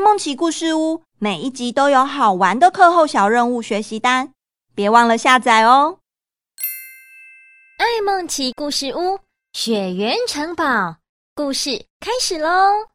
梦奇故事屋每一集都有好玩的课后小任务学习单，别忘了下载哦。 爱梦奇故事屋雪原城堡故事开始咯。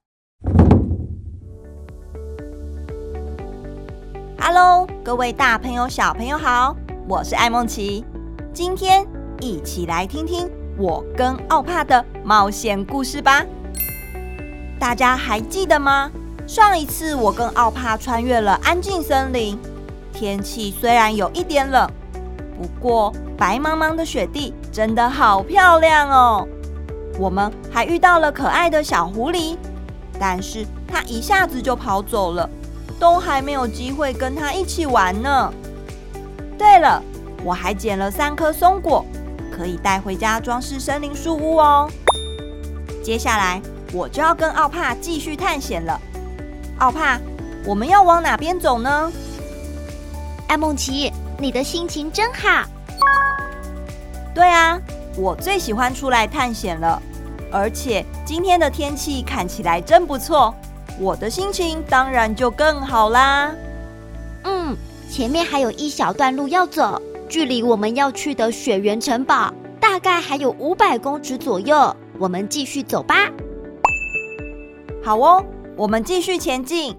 Hello， 各位大朋友小朋友好，我是爱梦奇。今天一起来听听我跟奥帕的冒险故事吧。大家还记得吗？上一次我跟奥帕穿越了安静森林，天气虽然有一点冷，不过白茫茫的雪地真的好漂亮哦。我们还遇到了可爱的小狐狸，但是它一下子就跑走了，都还没有机会跟它一起玩呢。对了，我还捡了3颗松果，可以带回家装饰森林树屋哦。接下来我就要跟奥帕继续探险了。奥帕，我们要往哪边走呢？ 爱梦奇，你的心情真好。 对啊，我最喜欢出来探险了，而且今天的天气看起来真不错，我的心情当然就更好啦。 前面还有一小段路要走，距离我们要去的雪原城堡大概还有500公尺左右，我们继续走吧。 好哦，我们继续前进。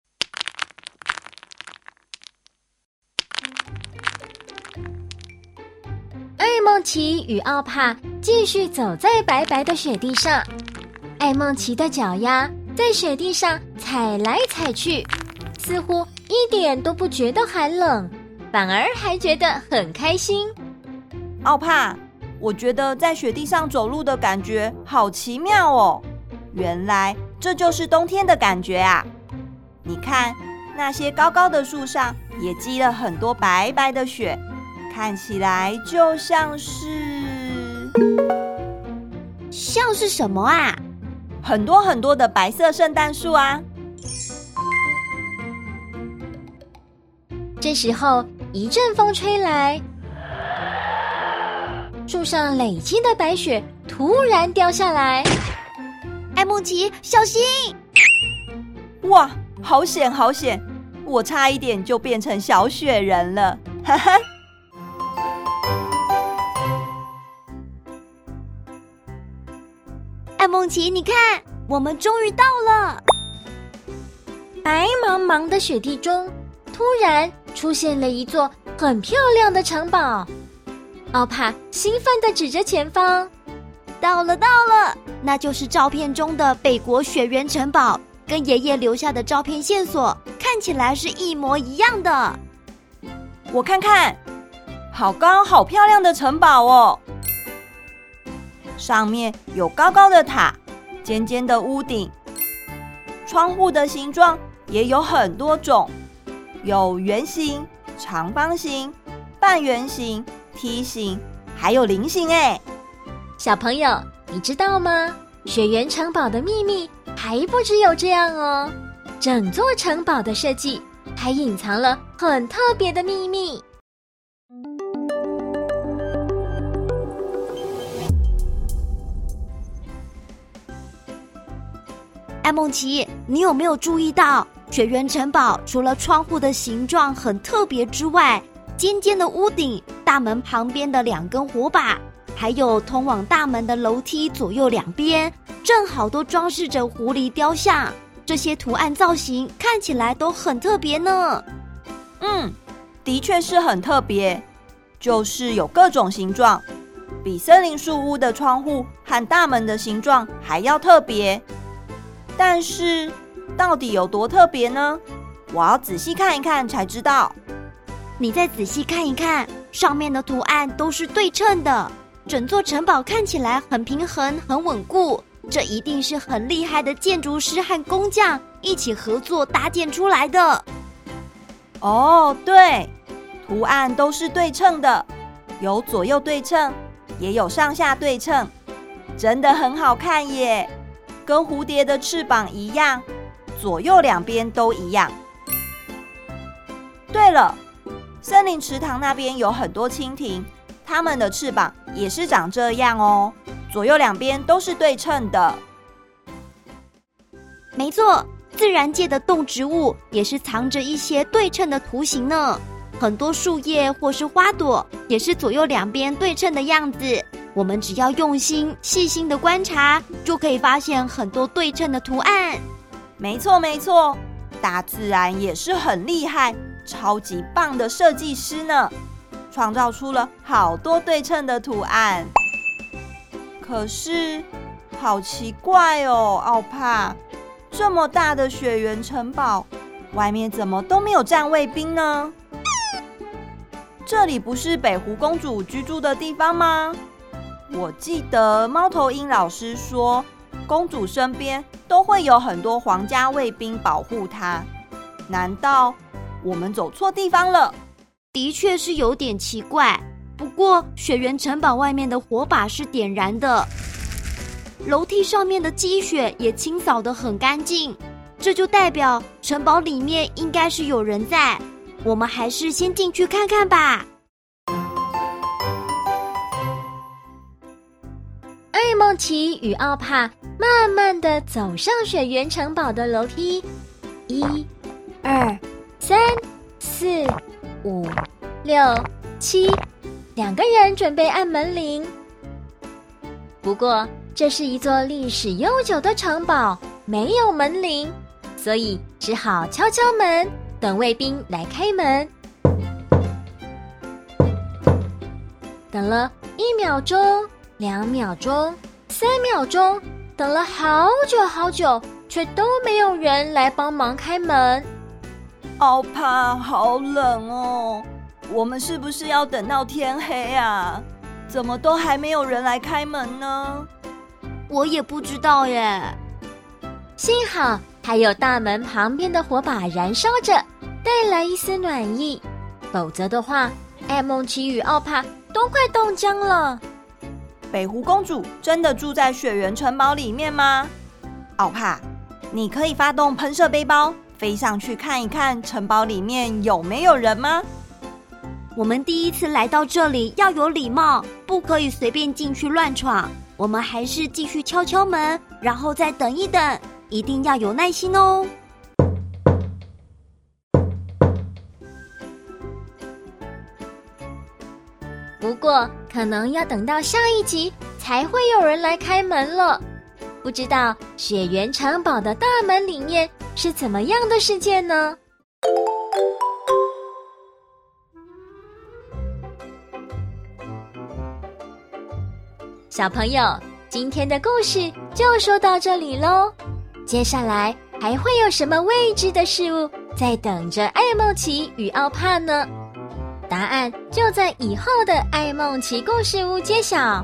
爱梦奇与奥帕继续走在白白的雪地上，爱梦奇的脚丫在雪地上踩来踩去，似乎一点都不觉得寒冷，反而还觉得很开心。 奥帕，我觉得在雪地上走路的感觉好奇妙哦，原来这就是冬天的感觉啊！你看，那些高高的树上也积了很多白白的雪，看起来就像是什么啊？ 很多很多的白色圣诞树啊！ 这时候一阵风吹来，树上累积的白雪突然掉下来。 爱梦奇，小心！ 哇，好险好险，我差一点就变成小雪人了，哈哈。 爱梦奇，你看，我们终于到了。 白茫茫的雪地中，突然出现了一座很漂亮的城堡。奥帕兴奋地指着前方， 到了，那就是照片中的北国雪原城堡，跟爷爷留下的照片线索看起来是一模一样的。 我看看，好高好漂亮的城堡哦！上面有高高的塔，尖尖的屋顶，窗户的形状也有很多种，有圆形、长方形、半圆形、梯形，还有菱形哎。 小朋友，你知道吗？雪原城堡的秘密还不只有这样哦，整座城堡的设计还隐藏了很特别的秘密。 爱梦奇，你有没有注意到，雪原城堡除了窗户的形状很特别之外，尖尖的屋顶、大门旁边的2根火把，还有通往大门的楼梯左右两边，正好都装饰着狐狸雕像。这些图案造型看起来都很特别呢。 的确是很特别，就是有各种形状，比森林树屋的窗户和大门的形状还要特别。但是到底有多特别呢？我要仔细看一看才知道。 你再仔细看一看，上面的图案都是对称的，整座城堡看起来很平衡、很稳固，这一定是很厉害的建筑师和工匠一起合作搭建出来的。 哦，对，图案都是对称的，有左右对称，也有上下对称，真的很好看耶，跟蝴蝶的翅膀一样，左右两边都一样。对了，森林池塘那边有很多蜻蜓，它们的翅膀也是长这样哦，左右两边都是对称的。 没错， 自然界的动植物也是藏着一些对称的图形呢。很多树叶或是花朵也是左右两边对称的样子。我们只要用心细心的观察，就可以发现很多对称的图案。 没错没错，大自然也是很厉害，超级棒的设计师呢，创造出了好多对称的图案。可是好奇怪哦，奥帕，这么大的雪原城堡，外面怎么都没有站卫兵呢？这里不是北湖公主居住的地方吗？我记得猫头鹰老师说，公主身边都会有很多皇家卫兵保护她。难道我们走错地方了？ 的确是有点奇怪，不过雪原城堡外面的火把是点燃的，楼梯上面的积雪也清扫得很干净，这就代表城堡里面应该是有人在。我们还是先进去看看吧。 爱孟奇与奥帕慢慢地走上雪原城堡的楼梯，1、2、3、4、5、6、7，两个人准备按门铃。不过，这是一座历史悠久的城堡，没有门铃，所以只好敲敲门，等卫兵来开门。等了1秒钟、2秒钟、3秒钟，等了好久好久，却都没有人来帮忙开门。 奥帕，好冷哦，我们是不是要等到天黑啊？怎么都还没有人来开门呢？ 我也不知道耶。 幸好还有大门旁边的火把燃烧着，带来一丝暖意，否则的话，爱孟奇与奥帕都快冻僵了。 北湖公主真的住在雪原城堡里面吗？奥帕，你可以发动喷射背包，飞上去看一看城堡里面有没有人吗？ 我们第一次来到这里要有礼貌，不可以随便进去乱闯。我们还是继续敲敲门，然后再等一等，一定要有耐心哦。 不过可能要等到下一集才会有人来开门了。不知道雪原城堡的大门里面是怎么样的世界呢？小朋友，今天的故事就说到这里咯。接下来还会有什么未知的事物在等着爱孟奇与奥帕呢？答案就在以后的爱孟奇故事屋揭晓。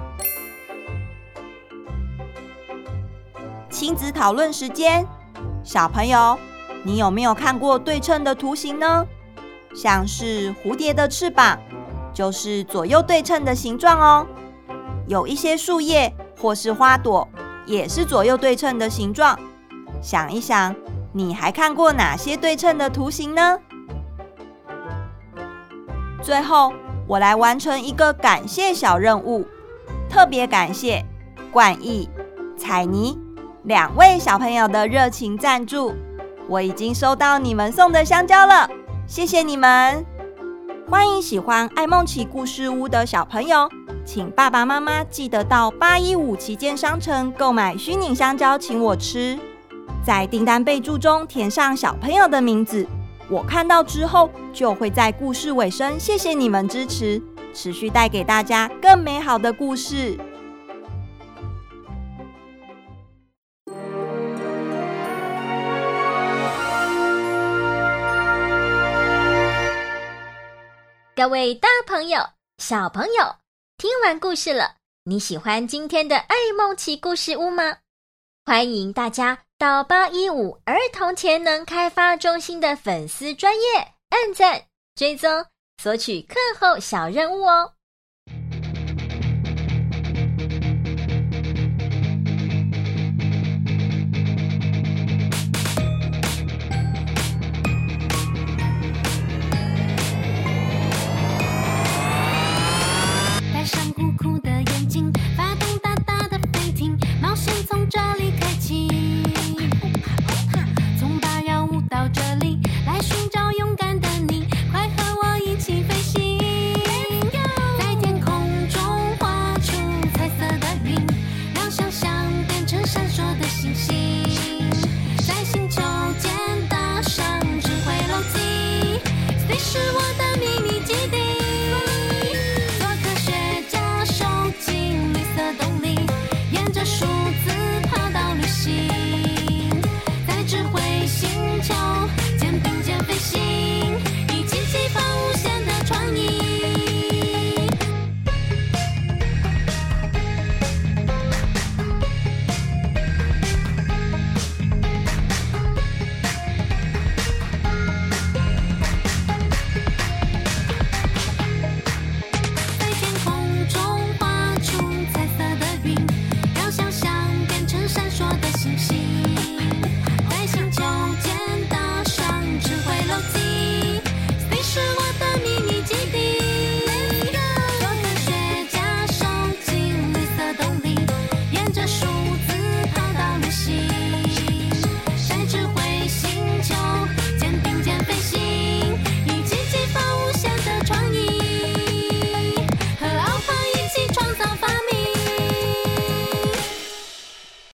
亲子讨论时间，小朋友，你有没有看过对称的图形呢？像是蝴蝶的翅膀，就是左右对称的形状哦。有一些树叶或是花朵，也是左右对称的形状。想一想，你还看过哪些对称的图形呢？最后，我来完成一个感谢小任务，特别感谢冠毅、彩妮2位小朋友的热情赞助，我已经收到你们送的香蕉了，谢谢你们！欢迎喜欢爱孟奇故事屋的小朋友，请爸爸妈妈记得到815旗舰商城购买虚拟香蕉请我吃，在订单备注中填上小朋友的名字，我看到之后就会在故事尾声谢谢你们支持，持续带给大家更美好的故事。 各位大朋友、小朋友，听完故事了，你喜欢今天的爱孟奇故事屋吗？欢迎大家到815儿童潜能开发中心的粉丝专页按赞、追踪、索取课后小任务哦。